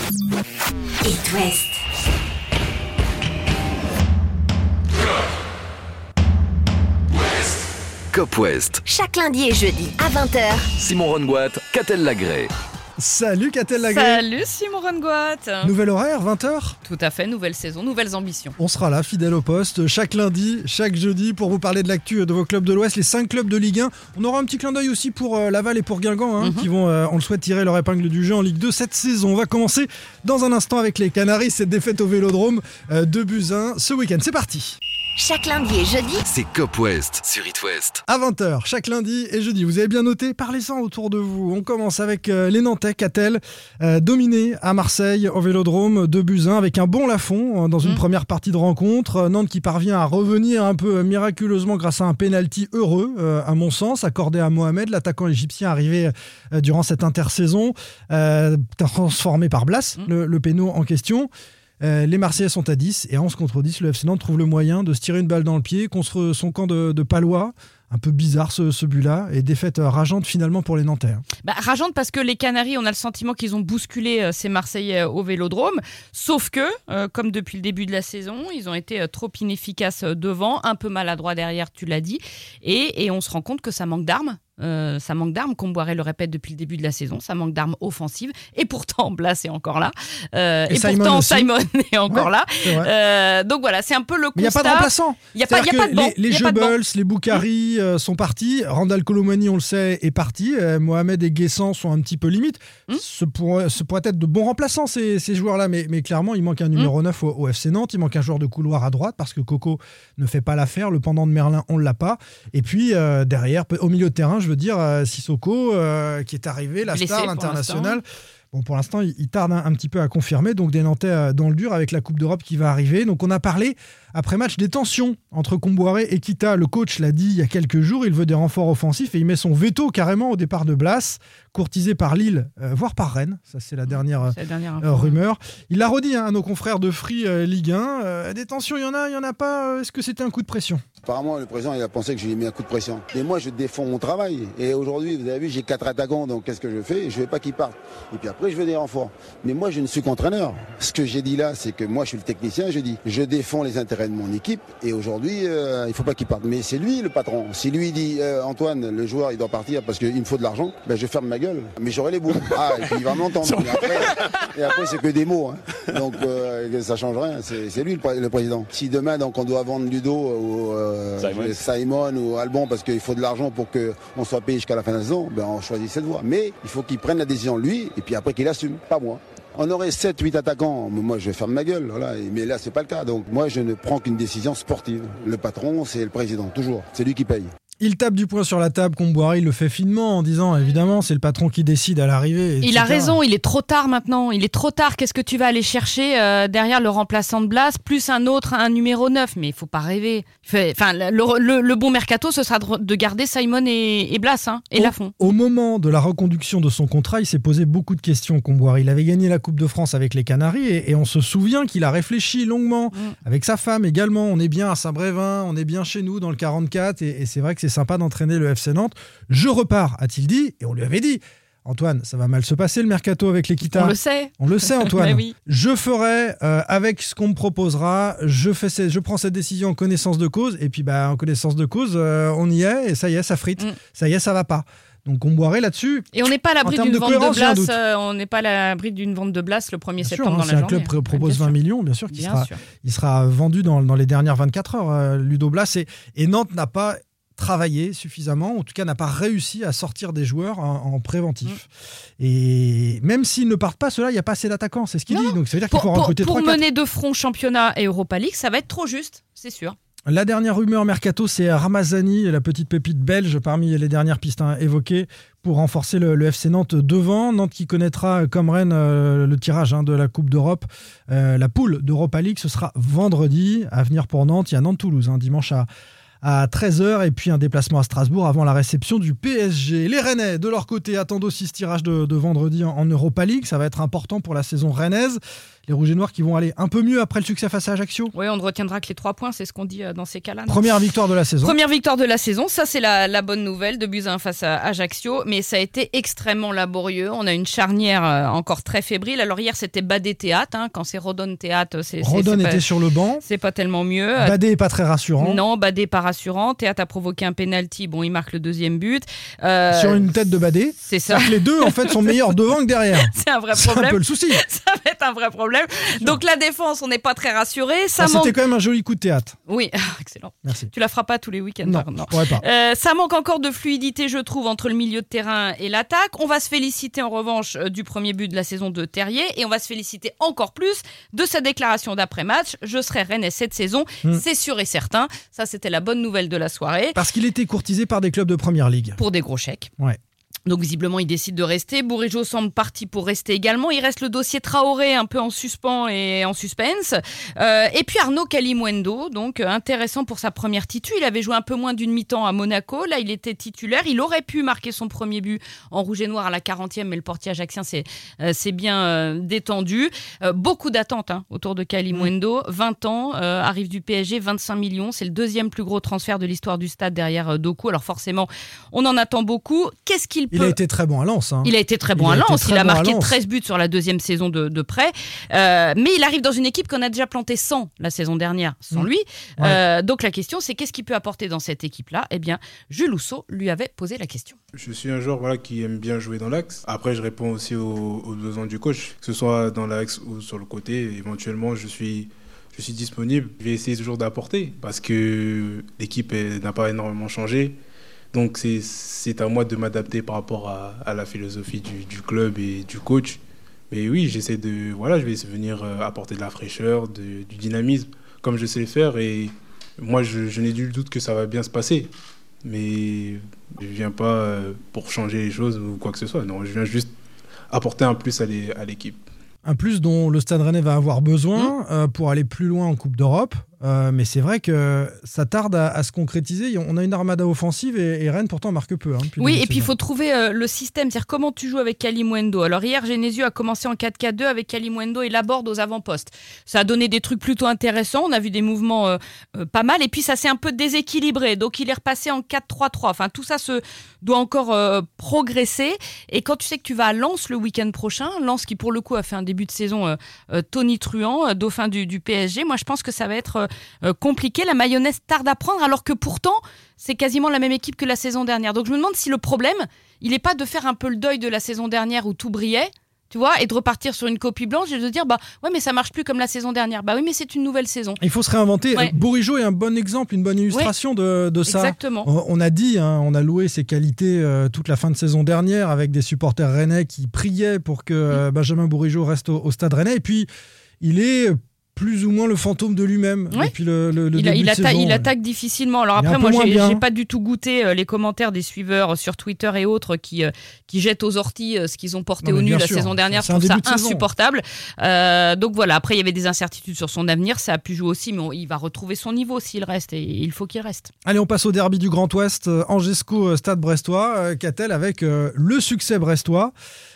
It West. Cop West. Chaque lundi et jeudi à 20h. Simon Rongoat, Catel Lagré. Salut Catel Lagré. Salut Simon Rongoat. Nouvel horaire, 20h. Tout à fait, nouvelle saison, nouvelles ambitions. On sera là, fidèle au poste, chaque lundi, chaque jeudi, pour vous parler de l'actu de vos clubs de l'Ouest, les 5 clubs de Ligue 1. On aura un petit clin d'œil aussi pour Laval et pour Guingamp, qui vont, on le souhaite, tirer leur épingle du jeu en Ligue 2 cette saison. On va commencer dans un instant avec les Canaries, cette défaite au Vélodrome, 2-1 ce week-end. C'est parti. Chaque lundi et jeudi, C'est Cop West sur It West. À 20h, chaque lundi et jeudi. Vous avez bien noté, parlez-en autour de vous. On commence avec les Nantais, Catel, dominés à Marseille au Vélodrome, 2-1 avec un bon Lafond dans une première partie de rencontre. Nantes qui parvient à revenir un peu miraculeusement grâce à un pénalty heureux, à mon sens, accordé à Mohamed, l'attaquant égyptien arrivé durant cette intersaison, transformé par Blas, le péno en question. Les Marseillais sont à 10 et à 11 contre 10, le FC Nantes trouve le moyen de se tirer une balle dans le pied contre son camp de Palois. Un peu bizarre ce but-là, et défaite rageante finalement pour les Nantais. Rageante parce que les Canaries, on a le sentiment qu'ils ont bousculé ces Marseillais au Vélodrome, sauf que, comme depuis le début de la saison, ils ont été trop inefficaces devant, un peu maladroits derrière, tu l'as dit, et on se rend compte que ça manque d'armes. Ça manque d'armes, Comboiré le répète depuis le début de la saison, ça manque d'armes offensives, et pourtant Blas est encore là, et pourtant Simon est encore là, donc voilà, c'est un peu le constat. Mais il n'y a pas de remplaçant. Il n'y a pas de banc. Les Goebbels, les Boukari sont partis, Randal Colomani, on le sait, est parti, Mohamed et Guessant sont un petit peu limite. Ce pourrait être de bons remplaçants ces joueurs-là, mais clairement il manque un numéro 9 au FC Nantes, il manque un joueur de couloir à droite parce que Coco ne fait pas l'affaire, le pendant de Merlin on ne l'a pas, et puis derrière, au milieu de terrain, je veux dire, Sissoko qui est arrivé, la star, l'international. Bon, pour l'instant, il tarde un petit peu à confirmer. Donc, des Nantais dans le dur avec la Coupe d'Europe qui va arriver. Donc, on a parlé, après match, des tensions entre Comboiré et Kita. Le coach l'a dit il y a quelques jours. Il veut des renforts offensifs et il met son veto carrément au départ de Blas, courtisé par Lille, voire par Rennes. Ça, c'est la dernière rumeur. Il l'a redit à nos confrères de Free Ligue 1. Des tensions, il y en a pas. Est-ce que c'était un coup de pression ? Apparemment, le président il a pensé que je lui ai mis un coup de pression. Et moi, je défends mon travail. Et aujourd'hui, vous avez vu, j'ai 4 attaquants. Donc, qu'est-ce que je fais ? Je ne veux pas qu'ils partent. Et puis après, je veux des renforts. Mais moi, je ne suis qu'entraîneur. Ce que j'ai dit là, c'est que moi, je suis le technicien. Je dis, je défends les intérêts de mon équipe. Et aujourd'hui, il ne faut pas qu'il parte. Mais c'est lui le patron. Si lui dit, Antoine, le joueur, il doit partir parce qu'il me faut de l'argent, ben, je ferme ma gueule. Mais j'aurai les bouts. Et puis il va m'entendre. Et après, c'est que des mots. Donc, ça change rien. C'est lui le président. Si demain, donc, on doit vendre Ludo ou Simon ou Albon parce qu'il faut de l'argent pour qu'on soit payé jusqu'à la fin de la saison, ben, on choisit cette voie. Mais il faut qu'il prenne la décision lui et puis après qu'il assume, pas moi. On aurait 7-8 attaquants, moi je ferme ma gueule, voilà. Mais là c'est pas le cas, donc moi je ne prends qu'une décision sportive. Le patron c'est le président, toujours, c'est lui qui paye. Il tape du poing sur la table, Comboiré, il le fait finement en disant évidemment c'est le patron qui décide à l'arrivée. Il a raison, il est trop tard maintenant. Il est trop tard. Qu'est-ce que tu vas aller chercher derrière le remplaçant de Blas, plus un numéro 9 ? Mais il faut pas rêver. Le bon mercato, ce sera de garder Simon et Blas et Lafond. Au moment de la reconduction de son contrat, il s'est posé beaucoup de questions, Comboiré. Il avait gagné la Coupe de France avec les Canaries et on se souvient qu'il a réfléchi longuement avec sa femme également. On est bien à Saint-Brévin, on est bien chez nous dans le 44 et c'est vrai que c'est sympa d'entraîner le FC Nantes. Je repars, a-t-il dit, et on lui avait dit, Antoine, ça va mal se passer le mercato avec l'Équita. On le sait, Antoine. Oui. Je ferai avec ce qu'on me proposera. Je prends cette décision en connaissance de cause. Et puis, en connaissance de cause, on y est. Et ça y est, ça frite. Ça y est, ça va pas. Donc, on boirait là-dessus. Et on n'est pas à l'abri d'une vente de Blas. On n'est pas à l'abri d'une vente de Blas le 1er septembre dans la journée. Si un club propose 20 millions, bien sûr, il sera vendu dans les dernières 24 heures. Ludo Blas. Et Nantes n'a pas travaillé suffisamment, en tout cas n'a pas réussi à sortir des joueurs en préventif. Et même s'ils ne partent pas, ceux-là, il n'y a pas assez d'attaquants, c'est ce qu'il dit. Donc ça veut dire qu'il faut recruter 3-4. Pour mener de front championnat et Europa League, ça va être trop juste, c'est sûr. La dernière rumeur mercato, c'est Ramazani, la petite pépite belge parmi les dernières pistes évoquées pour renforcer le FC Nantes devant. Nantes qui connaîtra comme Rennes le tirage de la Coupe d'Europe. La poule d'Europa League, ce sera vendredi. À venir pour Nantes, il y a Nantes-Toulouse dimanche à 13h et puis un déplacement à Strasbourg avant la réception du PSG. Les Rennais, de leur côté, attendent aussi ce tirage de vendredi en Europa League. Ça va être important pour la saison rennaise. Les Rouges et Noirs qui vont aller un peu mieux après le succès face à Ajaccio. Oui, on ne retiendra que les 3 points, c'est ce qu'on dit dans ces cas-là. Première victoire de la saison. Première victoire de la saison, ça c'est la bonne nouvelle, 2-1 face à Ajaccio, mais ça a été extrêmement laborieux. On a une charnière encore très fébrile. Alors hier c'était Badé-Théâtre, quand c'est Rodon-Théâtre, Rodon était sur le banc. C'est pas tellement mieux. Badé n'est pas très rassurant. Non, Badé pas rassurant. Théâtre a provoqué un penalty, bon il marque le deuxième but. Sur une tête de Badé. C'est ça. Les deux en fait sont meilleurs devant que derrière. C'est un vrai problème. C'est un peu le souci. Ça va être un vrai problème. Donc la défense, on n'est pas très rassuré. C'était quand même un joli coup de théâtre. Oui, excellent. Merci. Tu la feras pas tous les week-ends. Non, je pourrais pas. Ça manque encore de fluidité, je trouve, entre le milieu de terrain et l'attaque. On va se féliciter en revanche du premier but de la saison de Terrier et on va se féliciter encore plus de sa déclaration d'après-match. Je serai Rennais cette saison, c'est sûr et certain. Ça, c'était la bonne nouvelle de la soirée. Parce qu'il était courtisé par des clubs de première ligue. Pour des gros chèques. Ouais. Donc visiblement, il décide de rester. Bourigeaud semble parti pour rester également. Il reste le dossier Traoré un peu en suspens et en suspense. Et puis Arnaud Kalimuendo, donc intéressant pour sa première titu. Il avait joué un peu moins d'une mi-temps à Monaco. Là, il était titulaire. Il aurait pu marquer son premier but en rouge et noir à la 40e, mais le portier ajaccien s'est bien détendu. Beaucoup d'attentes autour de Kalimuendo. 20 ans, arrive du PSG, 25 millions. C'est le deuxième plus gros transfert de l'histoire du stade derrière Doku. Alors forcément, on en attend beaucoup. Qu'est-ce qu'il Il a été très bon à Lens. Il a été très bon à Lens. Il a marqué 13 buts sur la deuxième saison de prêt. Mais il arrive dans une équipe qu'on a déjà planté 100 la saison dernière, sans lui. Ouais. Donc la question, c'est qu'est-ce qu'il peut apporter dans cette équipe-là ? Eh bien, Jules Housseau lui avait posé la question. Je suis un joueur qui aime bien jouer dans l'axe. Après, je réponds aussi aux besoins du coach, que ce soit dans l'axe ou sur le côté. Éventuellement, je suis disponible. Je vais essayer toujours d'apporter parce que l'équipe n'a pas énormément changé. Donc c'est à moi de m'adapter par rapport à la philosophie du club et du coach. Mais oui, je vais venir apporter de la fraîcheur, du dynamisme, comme je sais le faire. Et moi, je n'ai nul doute que ça va bien se passer. Mais je ne viens pas pour changer les choses ou quoi que ce soit. Non, je viens juste apporter un plus à l'équipe. Un plus dont le Stade Rennais va avoir besoin pour aller plus loin en Coupe d'Europe. Mais c'est vrai que ça tarde à se concrétiser. On a une armada offensive et Rennes pourtant marque peu. Oui, et puis il faut trouver le système, c'est-à-dire comment tu joues avec Kalimuendo. Alors hier, Genesio a commencé en 4-4-2 avec Kalimuendo et Laborde aux avant-postes. Ça a donné des trucs plutôt intéressants, on a vu des mouvements pas mal, et puis ça s'est un peu déséquilibré. Donc il est repassé en 4-3-3. Enfin, tout ça doit encore progresser. Et quand tu sais que tu vas à Lens le week-end prochain, Lens qui pour le coup a fait un début de saison tonitruant, dauphin du PSG, moi je pense que ça va être compliqué. La mayonnaise tarde à prendre alors que pourtant c'est quasiment la même équipe que la saison dernière. Donc je me demande si le problème il n'est pas de faire un peu le deuil de la saison dernière où tout brillait, tu vois, et de repartir sur une copie blanche et de dire ouais mais ça marche plus comme la saison dernière. Oui mais c'est une nouvelle saison. Il faut se réinventer. Ouais. Bourigeaud est un bon exemple, une bonne illustration de ça. Exactement. On a dit, on a loué ses qualités toute la fin de saison dernière avec des supporters rennais qui priaient pour que Benjamin Bourigeaud reste au Stade Rennais et puis il est plus ou moins le fantôme de lui-même depuis le début de saison. Il attaque difficilement. Alors après, moi, j'ai pas du tout goûté les commentaires des suiveurs sur Twitter et autres qui jettent aux orties ce qu'ils ont porté au nu la saison dernière. Je trouve ça insupportable. Donc voilà, après, il y avait des incertitudes sur son avenir. Ça a pu jouer aussi, mais il va retrouver son niveau s'il reste et il faut qu'il reste. Allez, on passe au derby du Grand Ouest. Angesco, Stade Brestois. Qu'a-t-elle avec le succès brestois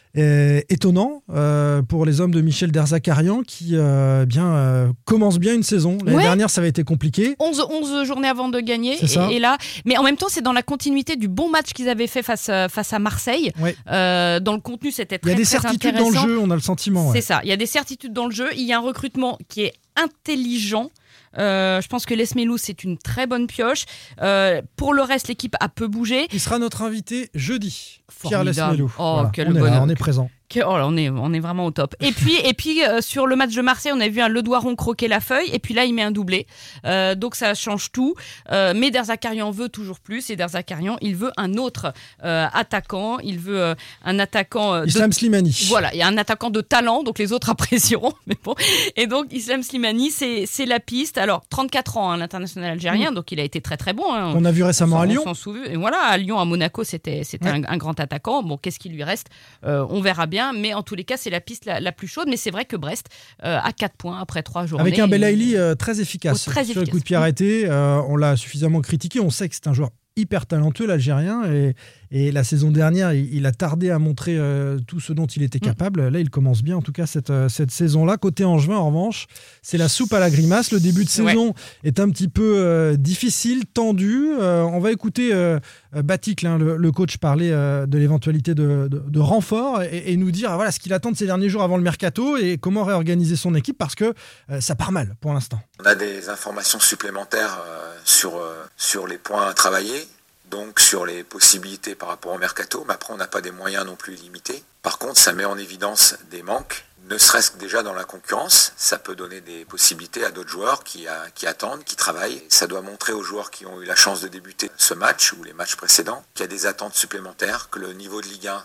étonnant pour les hommes de Michel Derzakarian qui commence bien une saison. L'année dernière, ça avait été compliqué. 11 journées avant de gagner. Et là, mais en même temps, c'est dans la continuité du bon match qu'ils avaient fait face à Marseille. Ouais. Dans le contenu, c'était très intéressant. Il y a des certitudes dans le jeu, on a le sentiment. C'est ça, il y a des certitudes dans le jeu. Il y a un recrutement qui est intelligent. Je pense que Lesmelou c'est une très bonne pioche. Pour le reste, l'équipe a peu bougé. Il sera notre invité jeudi. Pierre Lesmelou. On est présent. On est vraiment au top. Et puis sur le match de Marseille, on a vu un Ledoiron croquer la feuille. Et puis là, il met un doublé. Donc ça change tout. Mais Derzakarian veut toujours plus. Et Derzakarian, il veut un autre attaquant. Il veut un attaquant. Islam Slimani. Voilà, il y a un attaquant de talent. Donc les autres apprécieront. Mais bon. Et donc Islam Slimani, c'est la piste. Alors 34 ans, l'international algérien. Donc il a été très très bon. On a vu récemment à Lyon. Et voilà, à Lyon, à Monaco, c'était un grand attaquant. Bon, qu'est-ce qu'il lui reste ? On verra bien. rien, mais en tous les cas, c'est la piste la plus chaude. Mais c'est vrai que Brest a 4 points après 3 journées. Avec un Belaïli très efficace. Très sur efficace. le coup de pied arrêté, on l'a suffisamment critiqué. On sait que c'est un joueur hyper talentueux, l'Algérien, et la saison dernière, il a tardé à montrer tout ce dont il était capable. Là, il commence bien, en tout cas, cette saison-là. Côté Angevin, en revanche, c'est la soupe à la grimace. Le début de saison est un petit peu difficile, tendu. On va écouter Batik, le coach, parler de l'éventualité de renfort et nous dire voilà, ce qu'il attend de ces derniers jours avant le mercato et comment réorganiser son équipe, parce que ça part mal pour l'instant. On a des informations supplémentaires sur les points à travailler, donc sur les possibilités par rapport au mercato, mais après on n'a pas des moyens non plus limités. Par contre, ça met en évidence des manques, ne serait-ce que déjà dans la concurrence. Ça peut donner des possibilités à d'autres joueurs qui attendent, qui travaillent. Ça doit montrer aux joueurs qui ont eu la chance de débuter ce match ou les matchs précédents qu'il y a des attentes supplémentaires, que le niveau de Ligue 1,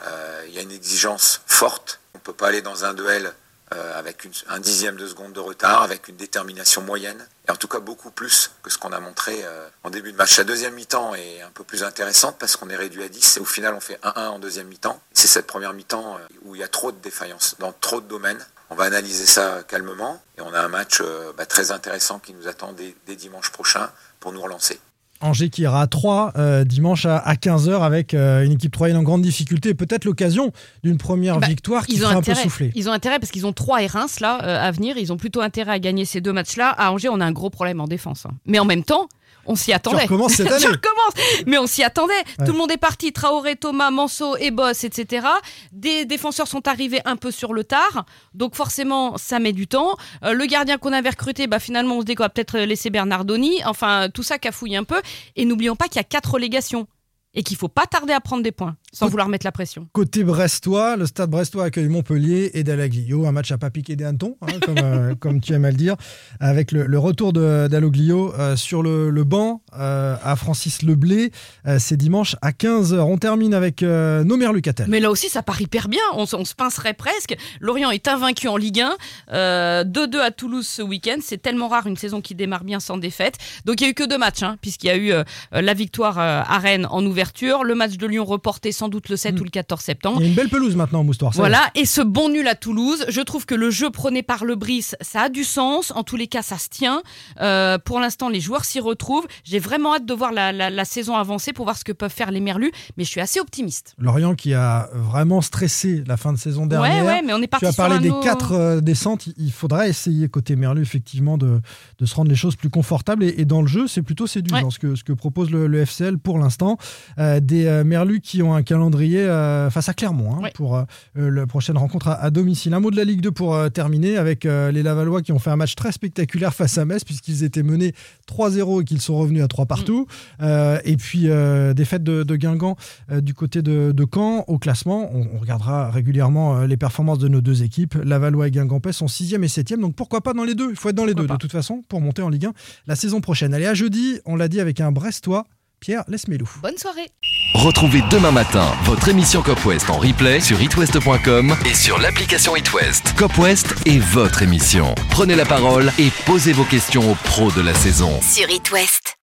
il y a une exigence forte. On ne peut pas aller dans un duel avec un dixième de seconde de retard, avec une détermination moyenne, et en tout cas beaucoup plus que ce qu'on a montré en début de match. La deuxième mi-temps est un peu plus intéressante parce qu'on est réduit à 10 et au final on fait 1-1 en deuxième mi-temps. C'est cette première mi-temps où il y a trop de défaillances dans trop de domaines. On va analyser ça calmement et on a un match très intéressant qui nous attend dès dimanche prochain pour nous relancer. Angers qui ira à 3 dimanche à 15h avec une équipe troyenne en grande difficulté, peut-être l'occasion d'une première victoire qui fera un peu souffler. Ils ont intérêt parce qu'ils ont 3 et Reims là, à venir, ils ont plutôt intérêt à gagner ces 2 matchs-là. À Angers, on a un gros problème en défense. Mais en même temps, on s'y attendait. Tu recommences cette année. Mais on s'y attendait. Ouais. Tout le monde est parti. Traoré, Thomas, Manso et Boss, etc. Des défenseurs sont arrivés un peu sur le tard. Donc forcément, ça met du temps. Le gardien qu'on avait recruté, finalement, on se dit qu'on va peut-être laisser Bernardoni. Enfin, tout ça cafouille un peu. Et n'oublions pas qu'il y a 4 relégations. Et qu'il ne faut pas tarder à prendre des points, sans vouloir mettre la pression. Côté brestois, le Stade brestois accueille Montpellier et Dalaglio, un match à pas piquer des hannetons, comme tu aimes à le dire, avec le retour de Dalaglio sur le banc à Francis Leblé. C'est dimanche à 15h. On termine avec nos Merlucatel. Mais là aussi, ça part hyper bien. On se pincerait presque. Lorient est invaincu en Ligue 1. 2-2 à Toulouse ce week-end. C'est tellement rare une saison qui démarre bien sans défaite. Donc il n'y a eu que 2 matchs, puisqu'il y a eu la victoire à Rennes en ouverture. Le match de Lyon reporté sans doute le 7 ou le 14 septembre. Il y a une belle pelouse maintenant au Moustoir. Voilà, et ce bon nul à Toulouse, je trouve que le jeu prôné par le Brice, ça a du sens. En tous les cas, ça se tient. Pour l'instant, les joueurs s'y retrouvent. J'ai vraiment hâte de voir la saison avancer pour voir ce que peuvent faire les Merlus, mais je suis assez optimiste. Lorient qui a vraiment stressé la fin de saison dernière. Ouais, mais on est parti sur sur des 4 descentes. Il faudra essayer côté Merlus effectivement de se rendre les choses plus confortables et dans le jeu, c'est plutôt séduisant ce que propose le FCL pour l'instant. Des Merlus qui ont un calendrier face à Clermont pour la prochaine rencontre à domicile. Un mot de la Ligue 2 pour terminer avec les Lavallois qui ont fait un match très spectaculaire face à Metz puisqu'ils étaient menés 3-0 et qu'ils sont revenus à 3 partout. Et puis défaite de Guingamp du côté de Caen au classement. On regardera régulièrement les performances de nos 2 équipes. Lavallois et Guingampais sont 6e et 7e, donc pourquoi pas dans les 2 ? Il faut être dans les 2 de toute façon pour monter en Ligue 1 la saison prochaine. Allez, à jeudi, on l'a dit, avec un Brestois, Pierre Lesmelou. Bonne soirée. Retrouvez demain matin votre émission Cop West en replay sur itwest.com et sur l'application itwest. Cop West est votre émission. Prenez la parole et posez vos questions aux pros de la saison. Sur It West.